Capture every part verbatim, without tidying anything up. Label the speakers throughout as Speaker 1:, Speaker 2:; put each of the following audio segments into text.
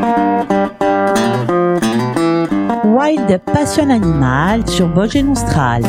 Speaker 1: Wild Passion Animal sur Voce Nostrale.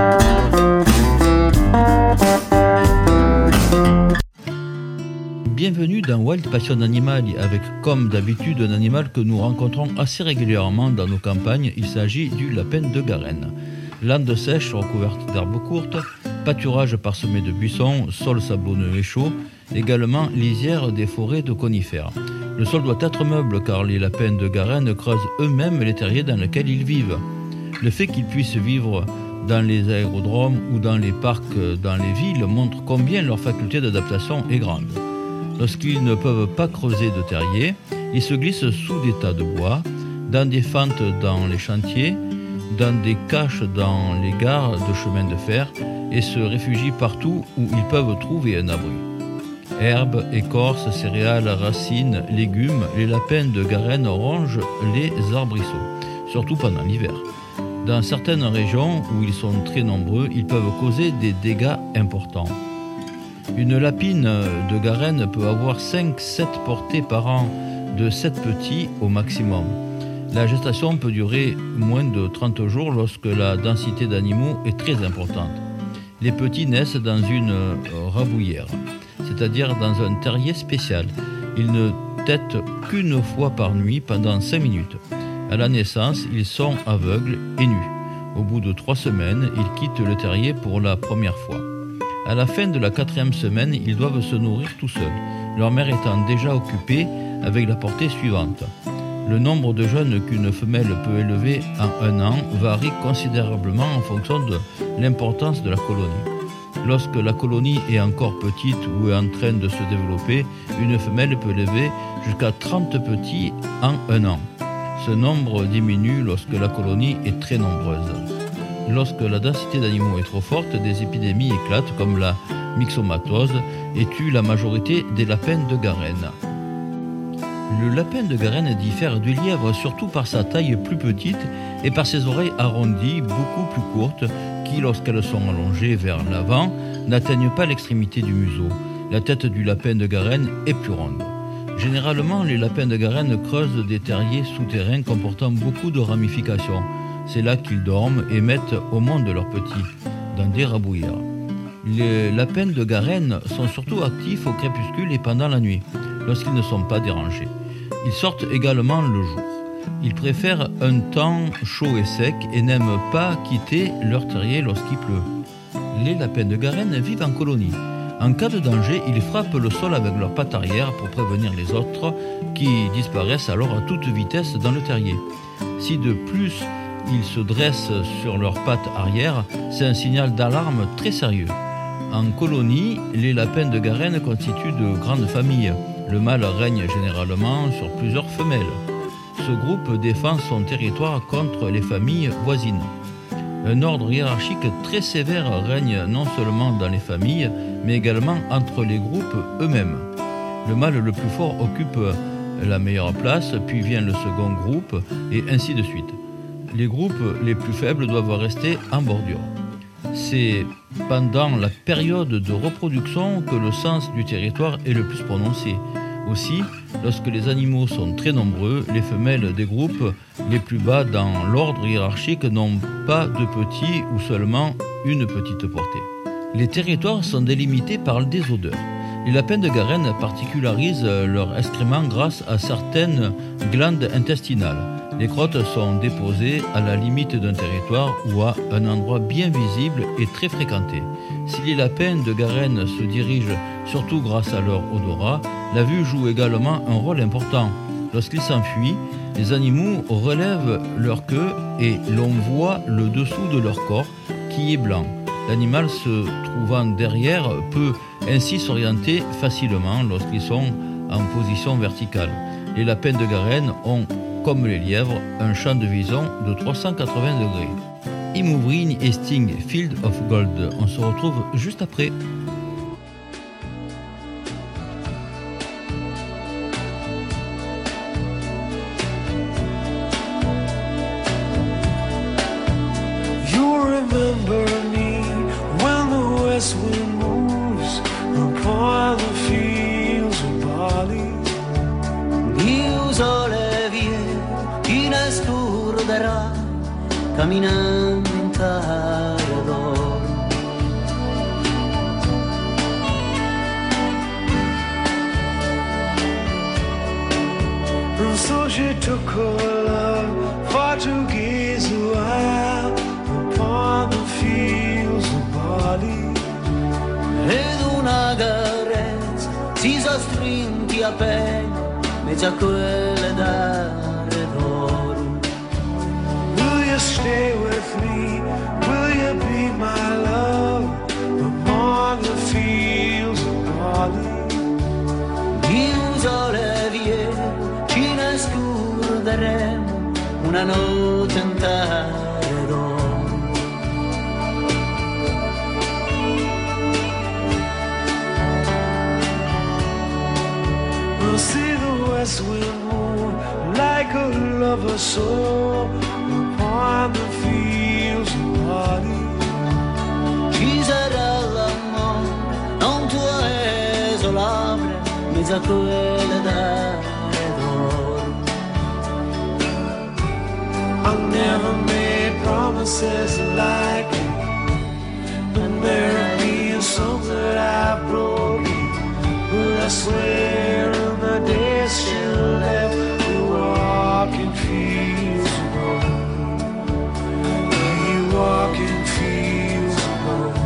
Speaker 2: Bienvenue dans Wild Passion Animal avec, comme d'habitude, un animal que nous rencontrons assez régulièrement dans nos campagnes. Il s'agit du lapin de Garenne. Lande sèche recouverte d'herbes courtes, pâturage parsemé de buissons, sol sablonneux et chaud, également lisière des forêts de conifères. Le sol doit être meuble car les lapins de Garenne creusent eux-mêmes les terriers dans lesquels ils vivent. Le fait qu'ils puissent vivre dans les aérodromes ou dans les parcs dans les villes montre combien leur faculté d'adaptation est grande. Lorsqu'ils ne peuvent pas creuser de terrier, ils se glissent sous des tas de bois, dans des fentes dans les chantiers, dans des caches dans les gares de chemin de fer et se réfugient partout où ils peuvent trouver un abri. Herbes, écorces, céréales, racines, légumes, les lapins de Garenne rongent les arbrisseaux, surtout pendant l'hiver. Dans certaines régions où ils sont très nombreux, ils peuvent causer des dégâts importants. Une lapine de Garenne peut avoir cinq à sept portées par an, de sept petits au maximum. La gestation peut durer moins de trente jours lorsque la densité d'animaux est très importante. Les petits naissent dans une rabouillère, c'est-à-dire dans un terrier spécial. Ils ne tètent qu'une fois par nuit pendant cinq minutes. À la naissance, ils sont aveugles et nus. Au bout de trois semaines, ils quittent le terrier pour la première fois. À la fin de la quatrième semaine, ils doivent se nourrir tout seuls, leur mère étant déjà occupée avec la portée suivante. Le nombre de jeunes qu'une femelle peut élever en un an varie considérablement en fonction de l'importance de la colonie. Lorsque la colonie est encore petite ou est en train de se développer, une femelle peut élever jusqu'à trente petits en un an. Ce nombre diminue lorsque la colonie est très nombreuse. Lorsque la densité d'animaux est trop forte, des épidémies éclatent comme la myxomatose et tuent la majorité des lapins de Garenne. Le lapin de Garenne diffère du lièvre surtout par sa taille plus petite et par ses oreilles arrondies beaucoup plus courtes qui, lorsqu'elles sont allongées vers l'avant, n'atteignent pas l'extrémité du museau. La tête du lapin de Garenne est plus ronde. Généralement, les lapins de Garenne creusent des terriers souterrains comportant beaucoup de ramifications. C'est là qu'ils dorment et mettent au monde leurs petits, dans des rabouillères. Les lapins de Garenne sont surtout actifs au crépuscule et pendant la nuit, lorsqu'ils ne sont pas dérangés. Ils sortent également le jour. Ils préfèrent un temps chaud et sec et n'aiment pas quitter leur terrier lorsqu'il pleut. Les lapins de Garenne vivent en colonie. En cas de danger, ils frappent le sol avec leurs pattes arrière pour prévenir les autres qui disparaissent alors à toute vitesse dans le terrier. Si de plus ils se dressent sur leurs pattes arrière, c'est un signal d'alarme très sérieux. En colonie, les lapins de Garenne constituent de grandes familles. Le mâle règne généralement sur plusieurs femelles. Ce groupe défend son territoire contre les familles voisines. Un ordre hiérarchique très sévère règne non seulement dans les familles, mais également entre les groupes eux-mêmes. Le mâle le plus fort occupe la meilleure place, puis vient le second groupe, et ainsi de suite. Les groupes les plus faibles doivent rester en bordure. C'est pendant la période de reproduction que le sens du territoire est le plus prononcé. Aussi, lorsque les animaux sont très nombreux, les femelles des groupes les plus bas dans l'ordre hiérarchique n'ont pas de petits ou seulement une petite portée. Les territoires sont délimités par des odeurs. Les lapins de Garenne particularisent leur excrément grâce à certaines glandes intestinales. Les crottes sont déposées à la limite d'un territoire ou à un endroit bien visible et très fréquenté. Si les lapins de Garenne se dirigent surtout grâce à leur odorat, la vue joue également un rôle important. Lorsqu'ils s'enfuient, les animaux relèvent leur queue et l'on voit le dessous de leur corps qui est blanc. L'animal se trouvant derrière peut ainsi s'orienter facilement lorsqu'ils sont en position verticale. Les lapins de Garenne ont, comme les lièvres, un champ de vision de trois cent quatre-vingts degrés. Imouvrigne et Sting, Field of Gold. On se retrouve juste après.
Speaker 3: You remember me when the west wind moves upon the fields of barley. News all
Speaker 4: troverai camminando in terra d'oro.
Speaker 3: And so she took her love for to gaze a while upon the fields of barley.
Speaker 4: Ed una carezza si sostrinti a pena mezzo a quelle d'are d'oro.
Speaker 3: Will you stay with me? Will you be my love among the fields of barley?
Speaker 4: Di un sole viene ci ne scorderemo una notte intera d'oro.
Speaker 3: We'll see the west wind move like a lover soul upon the fields of barley.
Speaker 4: Ci sarà l'amore, non tuo esolabile, mezzo a quelle d'are d'oro.
Speaker 3: I never made promises like it, and marry me is something that I've broken. But I swear in the days she left, we walk in fields of gold. We walk in fields of gold.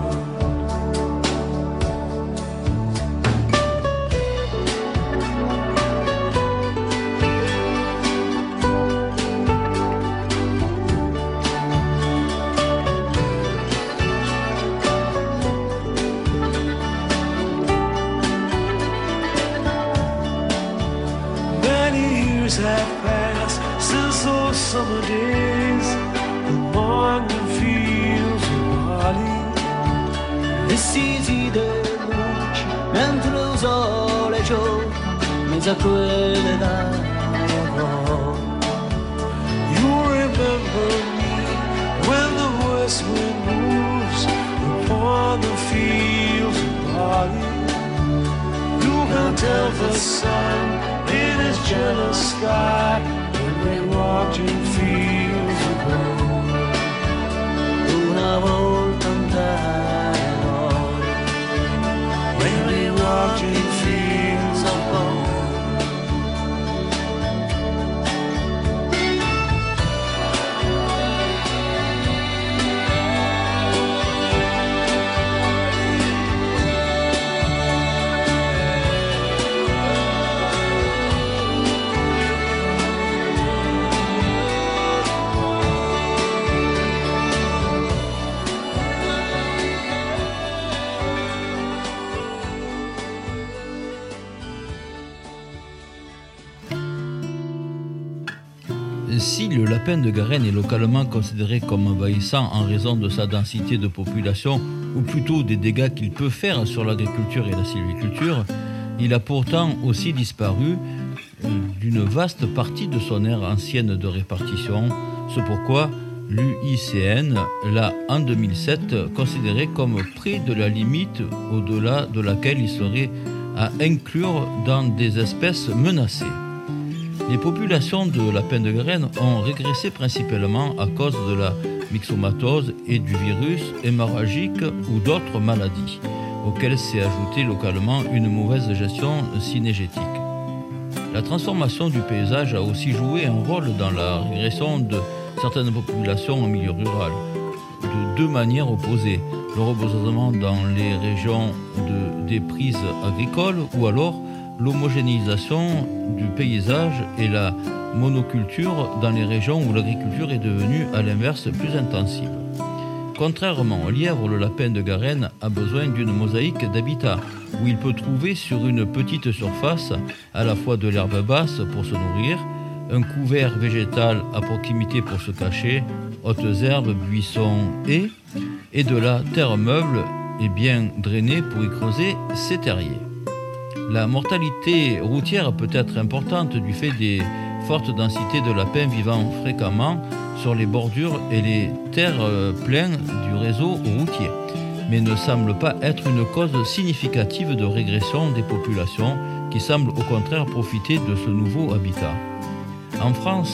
Speaker 3: Have passed since those summer days among the fields of barley.
Speaker 4: E si si luce mentre il sole gioca mezzo a quelle d'are d'oro.
Speaker 3: You remember me when the west wind moves upon the fields of barley. You can tell the sun in his jealous sky when we walked in fields of gold.
Speaker 4: Una volta intera d'oro.
Speaker 3: When we walked in fields of gold.
Speaker 2: Si le lapin de Garenne est localement considéré comme envahissant en raison de sa densité de population, ou plutôt des dégâts qu'il peut faire sur l'agriculture et la sylviculture, il a pourtant aussi disparu d'une vaste partie de son aire ancienne de répartition. C'est pourquoi l'U I C N l'a en deux mille sept considéré comme près de la limite au-delà de laquelle il serait à inclure dans des espèces menacées. Les populations de lapins de Garenne ont régressé principalement à cause de la myxomatose et du virus hémorragique ou d'autres maladies, auxquelles s'est ajoutée localement une mauvaise gestion cynégétique. La transformation du paysage a aussi joué un rôle dans la régression de certaines populations en milieu rural, de deux manières opposées, le reboisement dans les régions de, des prises agricoles ou alors l'homogénéisation du paysage et la monoculture dans les régions où l'agriculture est devenue à l'inverse plus intensive. Contrairement au lièvre, le lapin de Garenne a besoin d'une mosaïque d'habitat où il peut trouver sur une petite surface à la fois de l'herbe basse pour se nourrir, un couvert végétal à proximité pour se cacher, hautes herbes, buissons, haies, et de la terre meuble et bien drainée pour y creuser ses terriers. La mortalité routière peut être importante du fait des fortes densités de lapins vivant fréquemment sur les bordures et les terres pleines du réseau routier, mais ne semble pas être une cause significative de régression des populations qui semblent au contraire profiter de ce nouveau habitat. En France,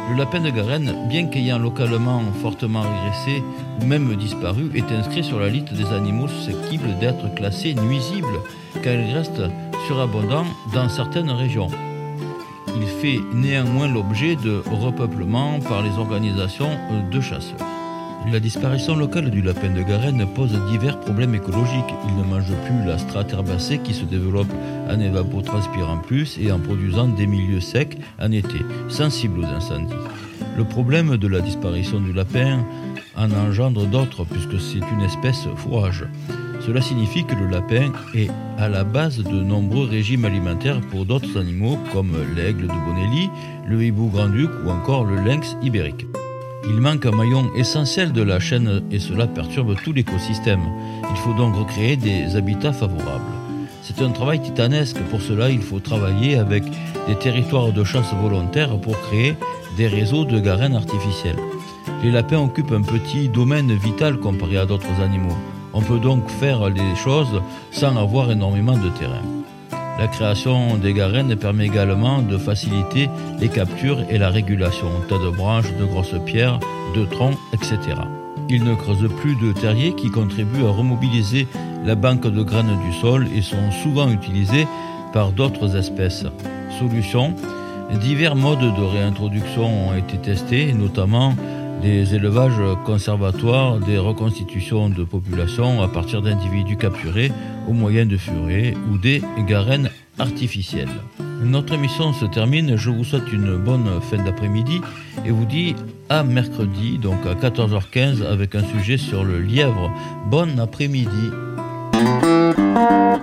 Speaker 2: Le lapin de Garenne, bien qu'ayant localement fortement régressé ou même disparu, est inscrit sur la liste des animaux susceptibles d'être classés nuisibles car il reste surabondant dans certaines régions. Il fait néanmoins l'objet de repeuplement par les organisations de chasseurs. La disparition locale du lapin de Garenne pose divers problèmes écologiques. Il ne mange plus la strate herbacée qui se développe en évapotranspirant plus et en produisant des milieux secs en été, sensibles aux incendies. Le problème de la disparition du lapin en engendre d'autres puisque c'est une espèce fourrage. Cela signifie que le lapin est à la base de nombreux régimes alimentaires pour d'autres animaux comme l'aigle de Bonelli, le hibou grand-duc ou encore le lynx ibérique. Il manque un maillon essentiel de la chaîne et cela perturbe tout l'écosystème. Il faut donc recréer des habitats favorables. C'est un travail titanesque. Pour cela, il faut travailler avec des territoires de chasse volontaires pour créer des réseaux de garennes artificielles. Les lapins occupent un petit domaine vital comparé à d'autres animaux. On peut donc faire les choses sans avoir énormément de terrain. La création des garennes permet également de faciliter les captures et la régulation, tas de branches, de grosses pierres, de troncs, et cetera. Ils ne creusent plus de terriers qui contribuent à remobiliser la banque de graines du sol et sont souvent utilisés par d'autres espèces. Solution, divers modes de réintroduction ont été testés, notamment des élevages conservatoires, des reconstitutions de populations à partir d'individus capturés au moyen de furets ou des garennes artificielles. Notre émission se termine, je vous souhaite une bonne fin d'après-midi et vous dis à mercredi, donc à quatorze heures quinze avec un sujet sur le lièvre. Bon après-midi.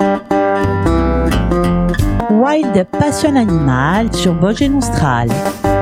Speaker 1: Wild Passion Animal sur Voce Nostrale.